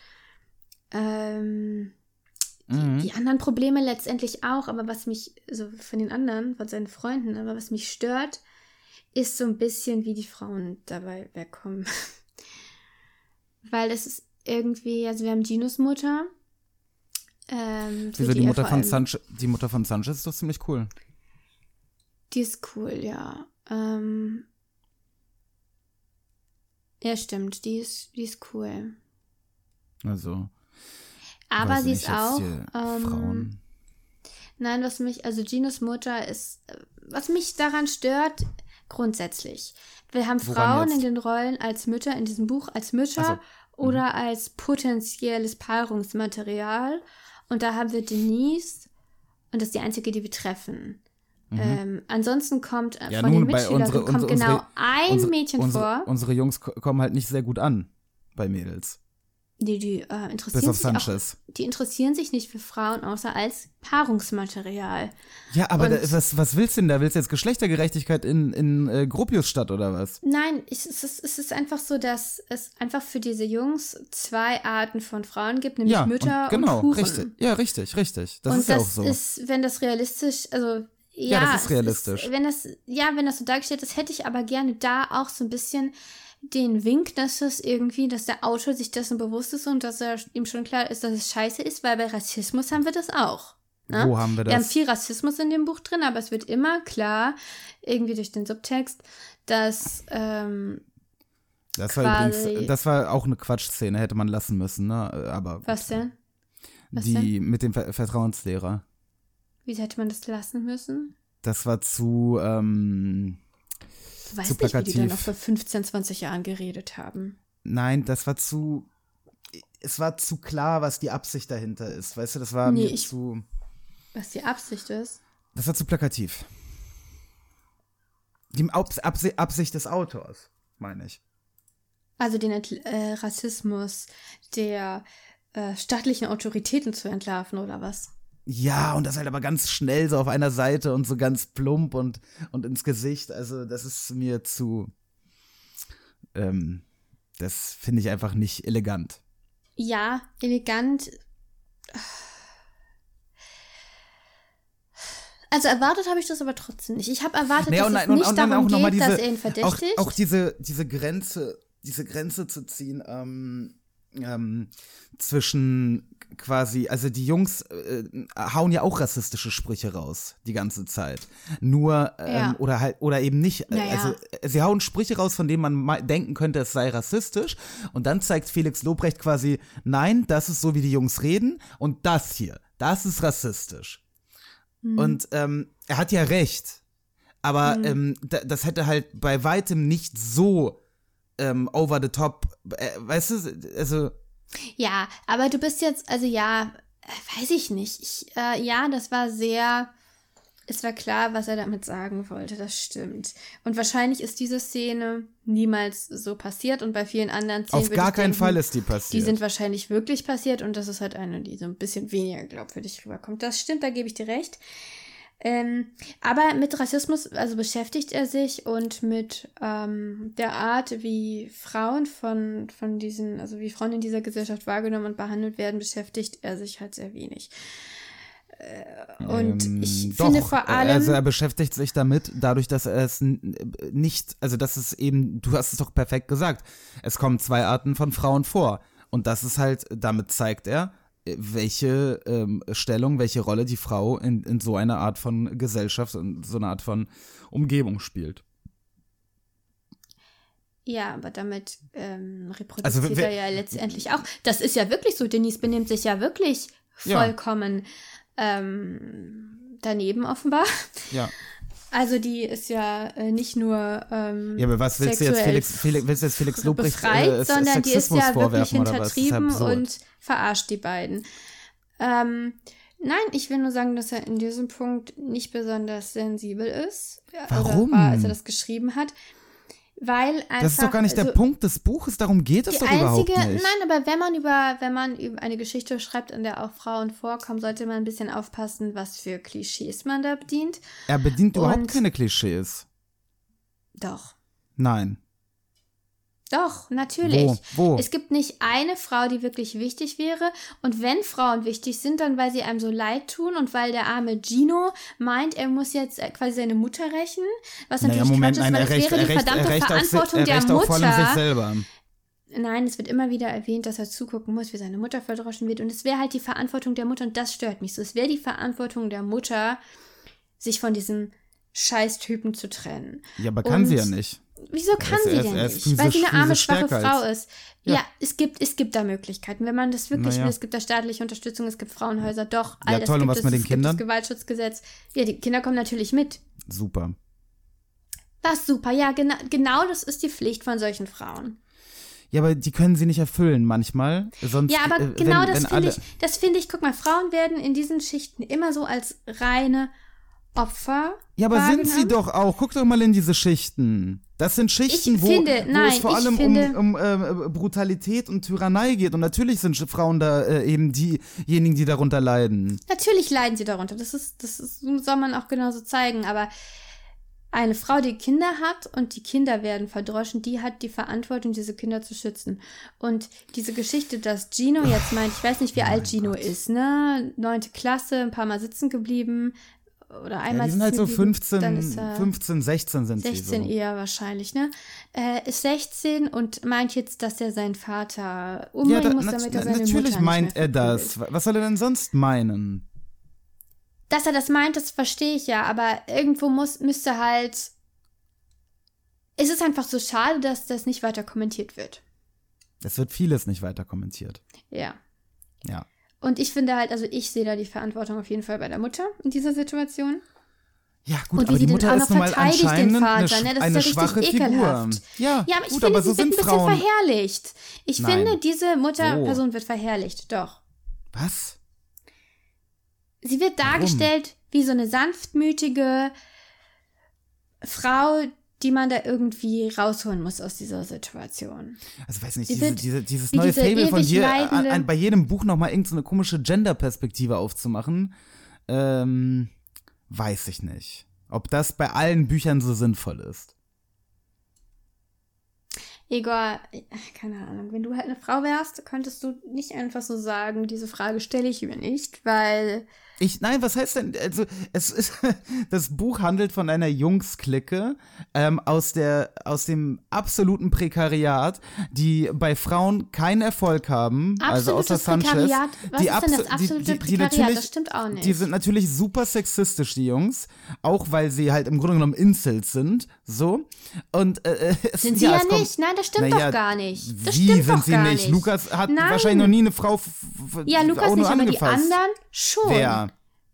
Die anderen Probleme letztendlich auch, aber was mich, so von den anderen, von seinen Freunden, aber was mich stört, ist so ein bisschen, wie die Frauen dabei wegkommen. Weil es ist irgendwie, also wir haben Ginos Mutter. Die Mutter von Sanchez ist doch ziemlich cool. Die ist cool, ja. Ja, stimmt, die ist cool. Also. Aber sie ist auch. Frauen. Nein, Ginos Mutter ist, was mich daran stört, grundsätzlich. Wir haben Frauen in den Rollen als Mütter, in diesem Buch als Mütter oder als potenzielles Paarungsmaterial. Und da haben wir Denise und das ist die einzige, die wir treffen. Ansonsten kommt von den Mitschülern kommt genau ein Mädchen vor. Unsere Jungs kommen halt nicht sehr gut an bei Mädels. Die interessieren sich nicht für Frauen, außer als Paarungsmaterial. Ja, aber was willst du denn da? Willst du jetzt Geschlechtergerechtigkeit in Gropiusstadt oder was? Nein, es ist einfach so, dass es einfach für diese Jungs zwei Arten von Frauen gibt, nämlich Mütter und Huren. Richtig. Ja, richtig. Das ist ja auch so. Und das ist, wenn das realistisch, also das ist realistisch. Wenn das so dargestellt ist, hätte ich aber gerne da auch so ein bisschen den Wink, dass der Autor sich dessen bewusst ist und dass ihm schon klar ist, dass es scheiße ist, weil bei Rassismus haben wir das auch. Ne? Wo haben wir das? Wir haben viel Rassismus in dem Buch drin, aber es wird immer klar, irgendwie durch den Subtext, dass das war auch eine Quatschszene, hätte man lassen müssen, ne? Aber was denn? Mit dem Vertrauenslehrer. Wie hätte man das lassen müssen? Das war zu Du weißt nicht, wie die da noch vor 15, 20 Jahren geredet haben. Nein, es war zu klar, was die Absicht dahinter ist. Weißt du, das war zu... Was die Absicht ist? Das war zu plakativ. Die Absicht des Autors, meine ich. Also den Rassismus der staatlichen Autoritäten zu entlarven, oder was? Ja, und das halt aber ganz schnell so auf einer Seite und so ganz plump und ins Gesicht. Also das ist mir zu, das finde ich einfach nicht elegant. Ja, elegant. Also erwartet habe ich das aber trotzdem nicht. Ich habe erwartet, dass es nicht darum geht, dass er ihn verdächtigt. Auch diese Grenze zu ziehen, zwischen quasi, also die Jungs hauen ja auch rassistische Sprüche raus die ganze Zeit. Nur, oder eben nicht. Also sie hauen Sprüche raus, von denen man denken könnte, es sei rassistisch. Und dann zeigt Felix Lobrecht quasi, nein, das ist so, wie die Jungs reden. Und das hier, das ist rassistisch. Und er hat ja recht. Aber das hätte halt bei weitem nicht so over the top, weißt du, also. Ja, aber du bist jetzt, also weiß ich nicht. Das war sehr Es war klar, was er damit sagen wollte, das stimmt. Und wahrscheinlich ist diese Szene niemals so passiert und bei vielen anderen Szenen Auf gar keinen Fall ist die passiert. Die sind wahrscheinlich wirklich passiert und das ist halt eine, die so ein bisschen weniger glaubwürdig rüberkommt. Das stimmt, da gebe ich dir recht. Aber mit Rassismus, also beschäftigt er sich und mit der Art, wie Frauen von diesen, also wie Frauen in dieser Gesellschaft wahrgenommen und behandelt werden, beschäftigt er sich halt sehr wenig. Und ich finde vor allem. Also er beschäftigt sich damit, dadurch, dass er es nicht, also dass es eben, du hast es doch perfekt gesagt, es kommen 2 Arten von Frauen vor. Und das ist halt, damit zeigt er, welche Stellung, welche Rolle die Frau in so einer Art von Gesellschaft, in so einer Art von Umgebung spielt. Ja, aber damit reproduziert er ja letztendlich auch. Das ist ja wirklich so, Denise benimmt sich ja wirklich vollkommen daneben offenbar. Ja. Also die ist ja nicht nur ja, aber was willst du jetzt Felix Lobrecht befreit, sondern die ist ja wirklich hintertrieben oder was? und verarscht die beiden. Nein, ich will nur sagen, dass er in diesem Punkt nicht besonders sensibel ist. Warum? Oder war, als er das geschrieben hat. Weil einfach, das ist doch gar nicht der Punkt des Buches, darum geht es doch überhaupt nicht. Nein, aber wenn man über eine Geschichte schreibt, in der auch Frauen vorkommen, sollte man ein bisschen aufpassen, was für Klischees man da bedient. Er bedient überhaupt keine Klischees. Doch. Nein. Doch, natürlich. Wo? Es gibt nicht eine Frau, die wirklich wichtig wäre. Und wenn Frauen wichtig sind, dann weil sie einem so leid tun und weil der arme Gino meint, er muss jetzt quasi seine Mutter rächen. Was natürlich Quatsch ist, weil es wäre die verdammte Verantwortung der Mutter. Vor allem sich selber. Nein, es wird immer wieder erwähnt, dass er zugucken muss, wie seine Mutter verdroschen wird. Und es wäre halt die Verantwortung der Mutter und das stört mich so. Es wäre die Verantwortung der Mutter, sich von diesem Scheißtypen zu trennen. Ja, aber kann sie ja nicht. Wieso kann sie denn nicht? Weil sie eine arme, schwache Frau ist. Ja, es gibt da Möglichkeiten. Wenn man das wirklich will, es gibt da staatliche Unterstützung, es gibt Frauenhäuser, doch. Ja, toll, und was mit den Kindern? Es gibt das Gewaltschutzgesetz. Ja, die Kinder kommen natürlich mit. Super. Was super, ja, genau das ist die Pflicht von solchen Frauen. Ja, aber die können sie nicht erfüllen manchmal. Sonst, ja, aber genau das finde ich, guck mal, Frauen werden in diesen Schichten immer so als reine Opfer. Ja, aber sind sie doch auch. Guck doch mal in diese Schichten. Das sind Schichten, wo es vor allem um Brutalität und Tyrannei geht. Und natürlich sind Frauen da eben diejenigen, die darunter leiden. Natürlich leiden sie darunter. Das soll man auch genauso zeigen. Aber eine Frau, die Kinder hat und die Kinder werden verdroschen, die hat die Verantwortung, diese Kinder zu schützen. Und diese Geschichte, dass Gino jetzt meint, ich weiß nicht, wie alt Gino ist, ne? 9. Klasse, ein paar Mal sitzen geblieben. Oder einmal die sind halt so 15, 16 sind 16 sie so. Eher wahrscheinlich, ne? Ist 16 und meint jetzt, dass er seinen Vater umbringen muss, damit er seine Mutter natürlich nicht meint mehr er das. Was soll er denn sonst meinen? Dass er das meint, das verstehe ich ja, aber irgendwo müsste halt. Es ist einfach so schade, dass das nicht weiter kommentiert wird. Es wird vieles nicht weiter kommentiert. Ja. Ja. Und ich finde halt, also ich sehe da die Verantwortung auf jeden Fall bei der Mutter in dieser Situation. Ja, gut, aber die Mutter ist nun mal anscheinend eine schwache Figur. Ja, aber ich gut, finde, aber so sie wird ein sind bisschen Frauen. verherrlicht. Ich finde, diese Mutterperson wird verherrlicht, doch. Was? Sie wird dargestellt wie so eine sanftmütige Frau, die man da irgendwie rausholen muss aus dieser Situation. Also weiß nicht, dieses neue Fable von dir, bei jedem Buch nochmal irgendeine komische Gender-Perspektive aufzumachen, weiß ich nicht. Ob das bei allen Büchern so sinnvoll ist. Igor, keine Ahnung, wenn du halt eine Frau wärst, könntest du nicht einfach so sagen, diese Frage stelle ich mir nicht, weil... Nein, was heißt denn, also das Buch handelt von einer Jungs-Clique aus dem absoluten Prekariat, die bei Frauen keinen Erfolg haben, also außer Sanchez. Prekariat? Was ist denn das absolute Prekariat? Das stimmt auch nicht. Die sind natürlich super sexistisch, die Jungs, auch weil sie halt im Grunde genommen Incels sind, so. Und sind sie ja nicht, nein, das stimmt doch gar nicht. Das wie stimmt sind doch sie gar nicht? Nicht. Lukas hat wahrscheinlich noch nie eine Frau ja, Lukas auch nur nicht, aber angefasst. die anderen schon. Wer?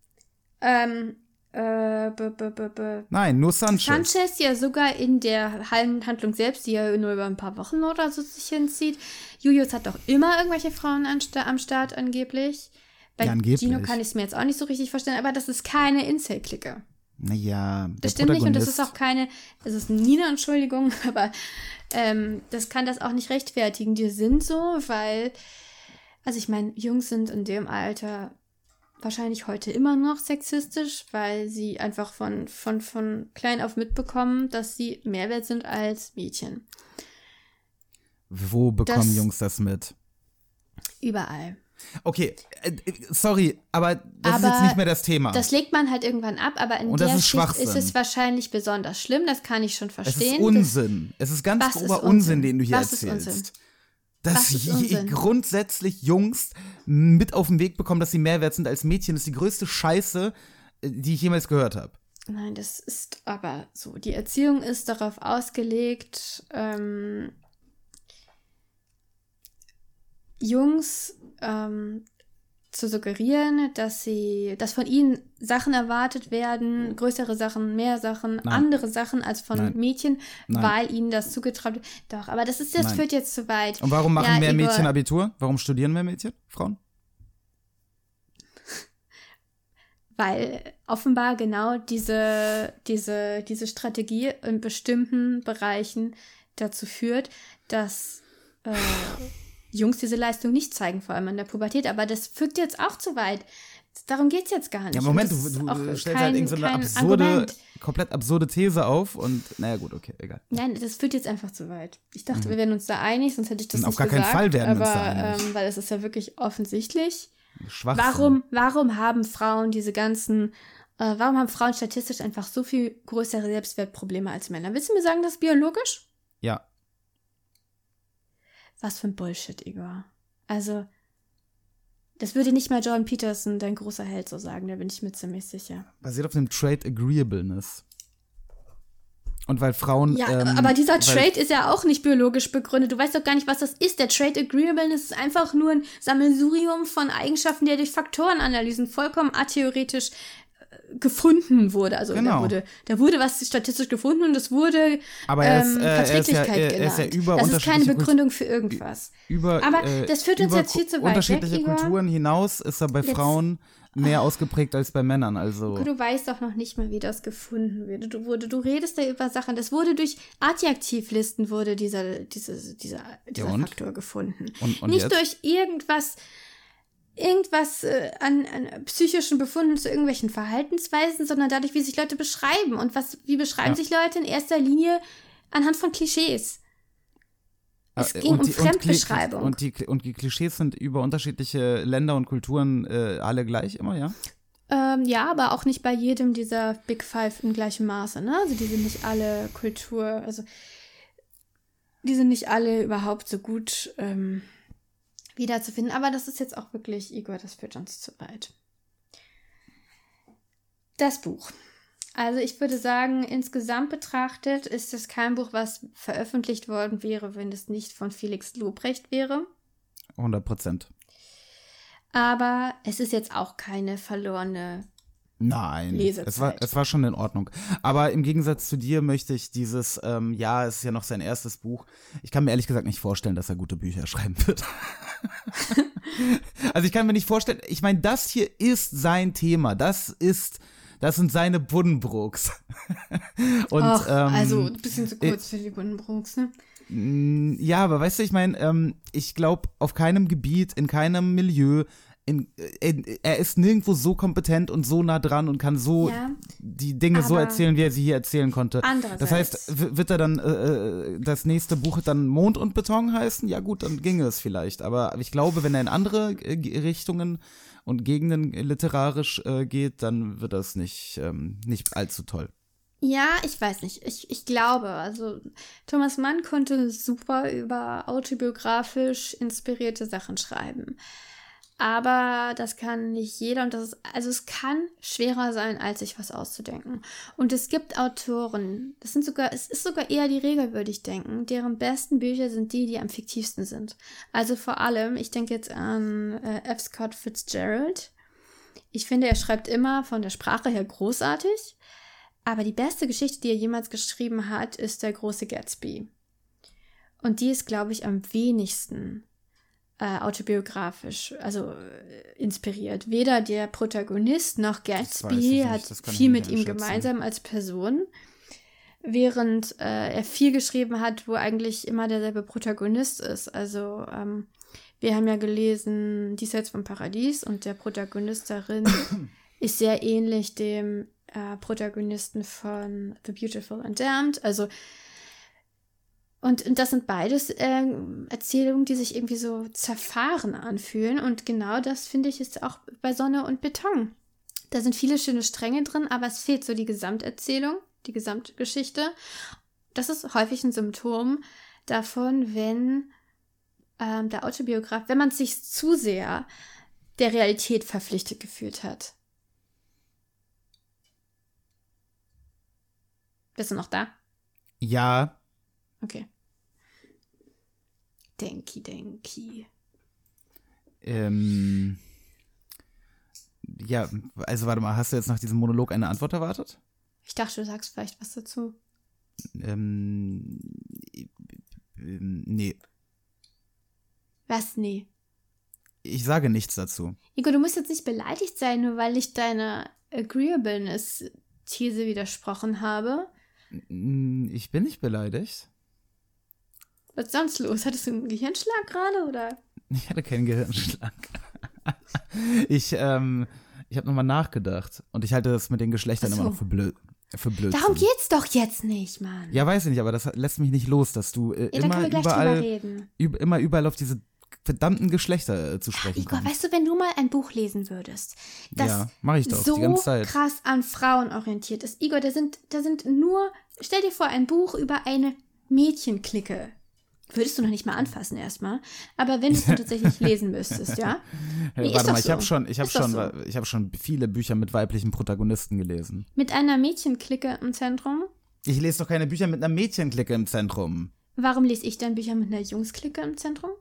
Nein, nur Sanchez. Sanchez ja sogar in der Handlung selbst, die ja nur über ein paar Wochen oder so sich hinzieht. Julius hat doch immer irgendwelche Frauen am Start angeblich. Bei ja, angeblich. Gino kann ich es mir jetzt auch nicht so richtig vorstellen, aber das ist keine Incel-Clique. Naja, der Das stimmt nicht und das Protagonist- ist auch keine, es ist nie eine Entschuldigung, aber das kann das auch nicht rechtfertigen. Die sind so, weil, also ich meine, Jungs sind in dem Alter wahrscheinlich heute immer noch sexistisch, weil sie einfach von klein auf mitbekommen, dass sie mehr wert sind als Mädchen. Wo bekommen Das- Jungs das mit? Überall. Okay, sorry, aber das ist jetzt nicht mehr das Thema. Das legt man halt irgendwann ab, aber in Und das der ist Schicht Schwachsinn. ist es wahrscheinlich besonders schlimm, das kann ich schon Es verstehen. ist Unsinn. Es ist ganz Was ist grober Unsinn? Unsinn, den du hier Was ist erzählst. Unsinn? Dass Was ist Unsinn? grundsätzlich Jungs mit auf den Weg bekommen, dass sie mehr wert sind als Mädchen, ist die größte Scheiße, die ich jemals gehört habe. Nein, das ist aber so. Die Erziehung ist darauf ausgelegt, Jungs zu suggerieren, dass von ihnen Sachen erwartet werden, größere Sachen, mehr Sachen, andere Sachen als von Nein. Mädchen, Nein. weil ihnen das zugetraut wird. Doch, aber das Nein. führt jetzt zu weit. Und warum machen Ja, mehr Igor, Mädchen Abitur? Warum studieren mehr Mädchen? Frauen? Weil offenbar genau diese Strategie in bestimmten Bereichen dazu führt, dass Jungs diese Leistung nicht zeigen, vor allem in der Pubertät. Aber das führt jetzt auch zu weit. Darum geht es jetzt gar nicht. Ja, Moment, Und du das ist auch stellst halt irgend so eine Argument. komplett absurde These auf und naja gut, okay, egal. Nein, das führt jetzt einfach zu weit. Ich dachte, wir wären uns da einig, sonst hätte ich das Und nicht auf gar gesagt. keinen Fall werden wir uns aber, da einig. weil es ist ja wirklich offensichtlich. Schwachsinn. Warum haben Frauen warum haben Frauen statistisch einfach so viel größere Selbstwertprobleme als Männer? Willst du mir sagen, das ist biologisch? Ja. Was für ein Bullshit, Igor. Also, das würde nicht mal Jordan Peterson, dein großer Held, so sagen, da bin ich mir ziemlich sicher. Basiert auf dem Trait Agreeableness. Und weil Frauen. Ja, aber dieser Trait ist ja auch nicht biologisch begründet. Du weißt doch gar nicht, was das ist. Der Trait Agreeableness ist einfach nur ein Sammelsurium von Eigenschaften, der durch Faktorenanalysen vollkommen atheoretisch gefunden wurde. Also Genau. da wurde was statistisch gefunden und es wurde Aber er ist Verträglichkeit er ist ja genannt. über Das ist keine unterschiedliche Begründung für irgendwas. Aber das führt uns jetzt viel zu weit unterschiedliche weg, Igor. Kulturen hinaus ist er bei Jetzt- Frauen mehr ausgeprägt als bei Männern. Also Du weißt doch noch nicht mal, wie das gefunden wird. Du redest da über Sachen. Das wurde durch Adjektivlisten wurde dieser und? Faktor gefunden. Und nicht jetzt? durch irgendwas an psychischen Befunden zu irgendwelchen Verhaltensweisen, sondern dadurch, wie sich Leute beschreiben. Und wie beschreiben sich Leute in erster Linie anhand von Klischees. Es ging um Fremdbeschreibung. Und die Klischees sind über unterschiedliche Länder und Kulturen alle gleich immer, ja? Ja, aber auch nicht bei jedem dieser Big Five in gleichem Maße, ne? Also die sind nicht alle die sind nicht alle überhaupt so gut wiederzufinden. Aber das ist jetzt auch wirklich, Igor, das führt uns zu weit. Das Buch. Also ich würde sagen, insgesamt betrachtet ist es kein Buch, was veröffentlicht worden wäre, wenn es nicht von Felix Lobrecht wäre. 100%. Aber es ist jetzt auch keine verlorene Nein, Lesezeit. es war schon in Ordnung. Aber im Gegensatz zu dir möchte ich dieses, es ist ja noch sein erstes Buch. Ich kann mir ehrlich gesagt nicht vorstellen, dass er gute Bücher schreiben wird. Also ich kann mir nicht vorstellen, ich meine, das hier ist sein Thema. Das sind seine Buddenbrooks. Und, also ein bisschen zu kurz für die Buddenbrooks, ne? Ja, aber weißt du, ich meine, ich glaube, auf keinem Gebiet, in keinem Milieu, er ist nirgendwo so kompetent und so nah dran und kann so die Dinge so aber erzählen, wie er sie hier erzählen konnte. Das heißt, wird er dann das nächste Buch dann Mond und Beton heißen? Ja gut, dann ginge es vielleicht. Aber ich glaube, wenn er in andere Richtungen und Gegenden literarisch geht, dann wird das nicht allzu toll. Ja, ich weiß nicht. Ich glaube, also Thomas Mann konnte super über autobiografisch inspirierte Sachen schreiben. Aber das kann nicht jeder und es kann schwerer sein, als sich was auszudenken. Und es gibt Autoren, es ist sogar eher die Regel, würde ich denken, deren besten Bücher sind die am fiktivsten sind. Also vor allem, ich denke jetzt an F. Scott Fitzgerald. Ich finde, er schreibt immer von der Sprache her großartig. Aber die beste Geschichte, die er jemals geschrieben hat, ist Der große Gatsby. Und die ist, glaube ich, am wenigsten autobiografisch, also inspiriert. Weder der Protagonist noch Gatsby hat Das kann ich viel nicht mit ihm einschätzen. gemeinsam als Person, während er viel geschrieben hat, wo eigentlich immer derselbe Protagonist ist. Also wir haben ja gelesen Diesseits vom Paradies und der Protagonist darin ist sehr ähnlich dem Protagonisten von The Beautiful and Damned. Also und das sind beides Erzählungen, die sich irgendwie so zerfahren anfühlen. Und genau das, finde ich, ist auch bei Sonne und Beton. Da sind viele schöne Stränge drin, aber es fehlt so die Gesamterzählung, die Gesamtgeschichte. Das ist häufig ein Symptom davon, wenn der Autobiograf, wenn man sich zu sehr der Realität verpflichtet gefühlt hat. Bist du noch da? Ja, Okay. Denki. Ja, also warte mal, hast du jetzt nach diesem Monolog eine Antwort erwartet? Ich dachte, du sagst vielleicht was dazu. Nee, Was? Nee. ich sage nichts dazu. Igor, du musst jetzt nicht beleidigt sein, nur weil ich deiner Agreeableness-These widersprochen habe. Ich bin nicht beleidigt. Was ist sonst los? Hattest du einen Gehirnschlag gerade, oder? Ich hatte keinen Gehirnschlag. Ich habe nochmal nachgedacht und ich halte das mit den Geschlechtern Ach so. immer noch für Blödsinn. Darum geht's doch jetzt nicht, Mann. Ja, weiß ich nicht, aber das lässt mich nicht los, dass du Ja, dann können wir gleich drüber reden. immer überall auf diese verdammten Geschlechter zu sprechen Igor, kommst. weißt du, wenn du mal ein Buch lesen würdest, das Ja, mach ich doch, so die ganze Zeit. krass an Frauen orientiert ist. Igor, da sind nur, stell dir vor, ein Buch über eine Mädchenklicke. Würdest du noch nicht mal anfassen erstmal. Aber wenn du es dann tatsächlich lesen müsstest, ja? Hey, Nee, warte ist mal, doch so. ich habe schon viele Bücher mit weiblichen Protagonisten gelesen. Mit einer Mädchenklicke im Zentrum? Ich lese doch keine Bücher mit einer Mädchenklicke im Zentrum. Warum lese ich dann Bücher mit einer Jungsklicke im Zentrum?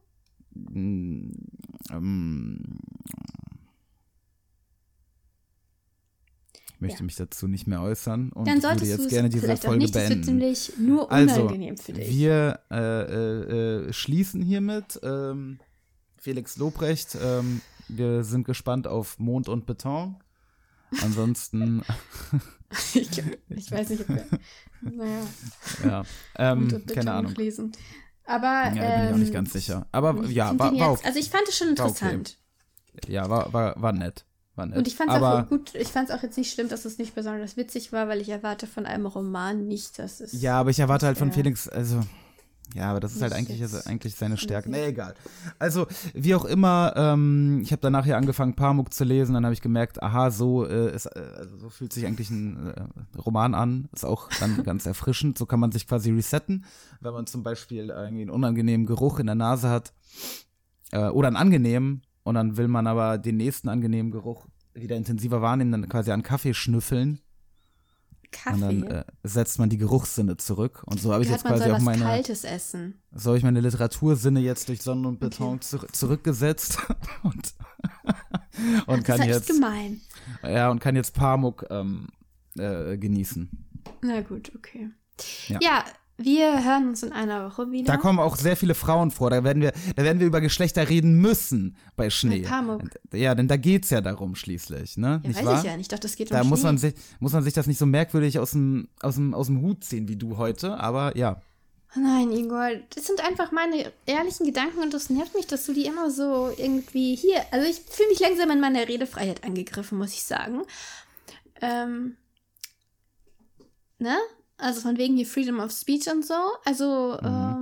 Ich möchte mich dazu nicht mehr äußern und Dann würde solltest du jetzt es gerne diese vielleicht auch Folge nicht, das wird beenden. ziemlich nur Also, unangenehm für dich. wir schließen hiermit. Felix Lobrecht, wir sind gespannt auf Mond und Beton. Ansonsten, ich weiß nicht, ob wir, naja, ja, Mond und keine Beton Ahnung. lesen. Aber, Ja, da bin ich auch nicht ganz sicher. Aber ja, war okay. Also ich fand es schon War okay. interessant. Ja, war nett. War nett. Und ich fand es aber auch gut, ich fand es auch jetzt nicht schlimm, dass es nicht besonders witzig war, weil ich erwarte von einem Roman nicht, dass es... Ja, aber ich erwarte halt von Ja. Felix, also, ja, aber das ist halt Nicht eigentlich, jetzt eigentlich seine Stärke. Nee, egal. Also, wie auch immer, ich habe danach ja angefangen, Pamuk zu lesen, dann habe ich gemerkt, aha, so fühlt sich eigentlich ein Roman an. Ist auch dann ganz erfrischend. So kann man sich quasi resetten, wenn man zum Beispiel irgendwie einen unangenehmen Geruch in der Nase hat oder einen angenehmen und dann will man aber den nächsten angenehmen Geruch wieder intensiver wahrnehmen, dann quasi an Kaffee schnüffeln. Kaffee. Und dann setzt man die Geruchssinne zurück. Und so habe ich Gehört, jetzt man quasi soll auch was meine, Kaltes essen. so habe ich meine Literatursinne jetzt durch Sonne und Beton zurückgesetzt und Das kann ist echt jetzt gemein. und kann jetzt Pamuk genießen. Na gut, okay. Ja. Ja, wir hören uns in einer Woche wieder. Da kommen auch sehr viele Frauen vor. Da werden wir über Geschlechter reden müssen bei Schnee. Bei Pamuk. Ja, denn da geht's ja darum schließlich, ne? Ja, nicht weiß wahr? ich ja nicht. Ich dachte, das geht Da um muss Schnee. man sich das nicht so merkwürdig aus dem Hut ziehen wie du heute, aber ja. Nein, Igor, das sind einfach meine ehrlichen Gedanken und das nervt mich, dass du die immer so irgendwie hier. Also ich fühle mich langsam in meiner Redefreiheit angegriffen, muss ich sagen. Ne? Also von wegen hier Freedom of Speech und so. Also,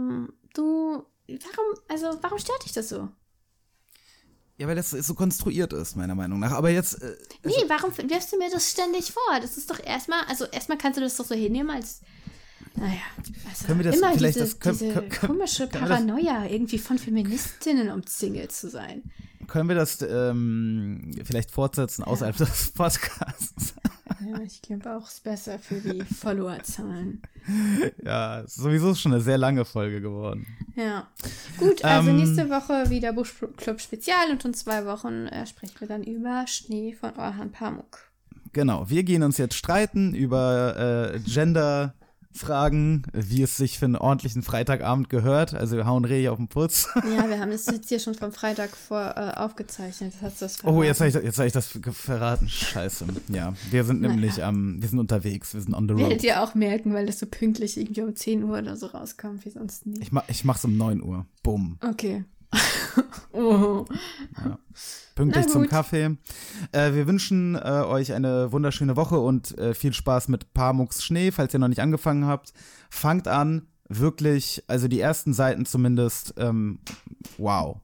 warum stört dich das so? Ja, weil das so konstruiert ist, meiner Meinung nach. Aber jetzt. Nee, warum wirfst du mir das ständig vor? Das ist doch erstmal kannst du das doch so hinnehmen als, naja, also Können wir das immer vielleicht diese komische können wir das- Paranoia, irgendwie von Feministinnen umzingelt zu sein. Können wir das vielleicht fortsetzen außerhalb des Podcasts? Ja, ich glaube auch, es ist besser für die Followerzahlen. Ja, sowieso ist schon eine sehr lange Folge geworden. Ja. Gut, also nächste Woche wieder Buchclub Spezial und in 2 Wochen sprechen wir dann über Schnee von Orhan Pamuk. Genau, wir gehen uns jetzt streiten über Gender fragen, wie es sich für einen ordentlichen Freitagabend gehört. Also wir hauen Reh auf den Putz. Ja, wir haben das jetzt hier schon vom Freitag aufgezeichnet. Hast du das verraten? Oh, jetzt hab ich das verraten. Scheiße. Ja, wir sind nämlich wir sind unterwegs. Wir sind on the road. Werdet ihr auch merken, weil das so pünktlich irgendwie um 10 Uhr oder so rauskommt, wie sonst nie. Ich mach's um 9 Uhr. Bumm. Okay. Oh. Ja. Pünktlich zum Kaffee. Wir wünschen euch eine wunderschöne Woche und viel Spaß mit Pamuk's Schnee, falls ihr noch nicht angefangen habt. Fangt an, wirklich, also die ersten Seiten zumindest, wow.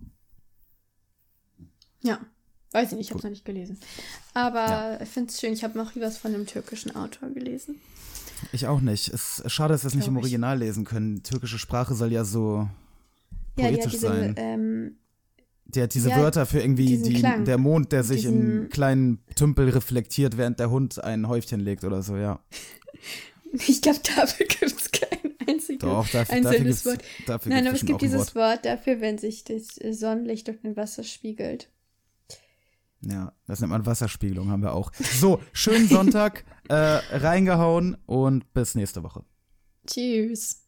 Ja, weiß ich nicht, ich habe es noch nicht gelesen. Aber ich finde es schön, ich habe noch was von einem türkischen Autor gelesen. Ich auch nicht. Es ist schade, dass wir es nicht im Original lesen können. Türkische Sprache soll ja so poetisch sein. Der hat diese Wörter für irgendwie der Mond, der sich im kleinen Tümpel reflektiert, während der Hund ein Häufchen legt oder so, ja. Ich glaube, dafür gibt es kein einzelnes Wort. Nein, aber es gibt dieses Wort dafür, wenn sich das Sonnenlicht durch den Wasser spiegelt. Ja, das nennt man Wasserspiegelung, haben wir auch. So, schönen Sonntag, reingehauen und bis nächste Woche. Tschüss.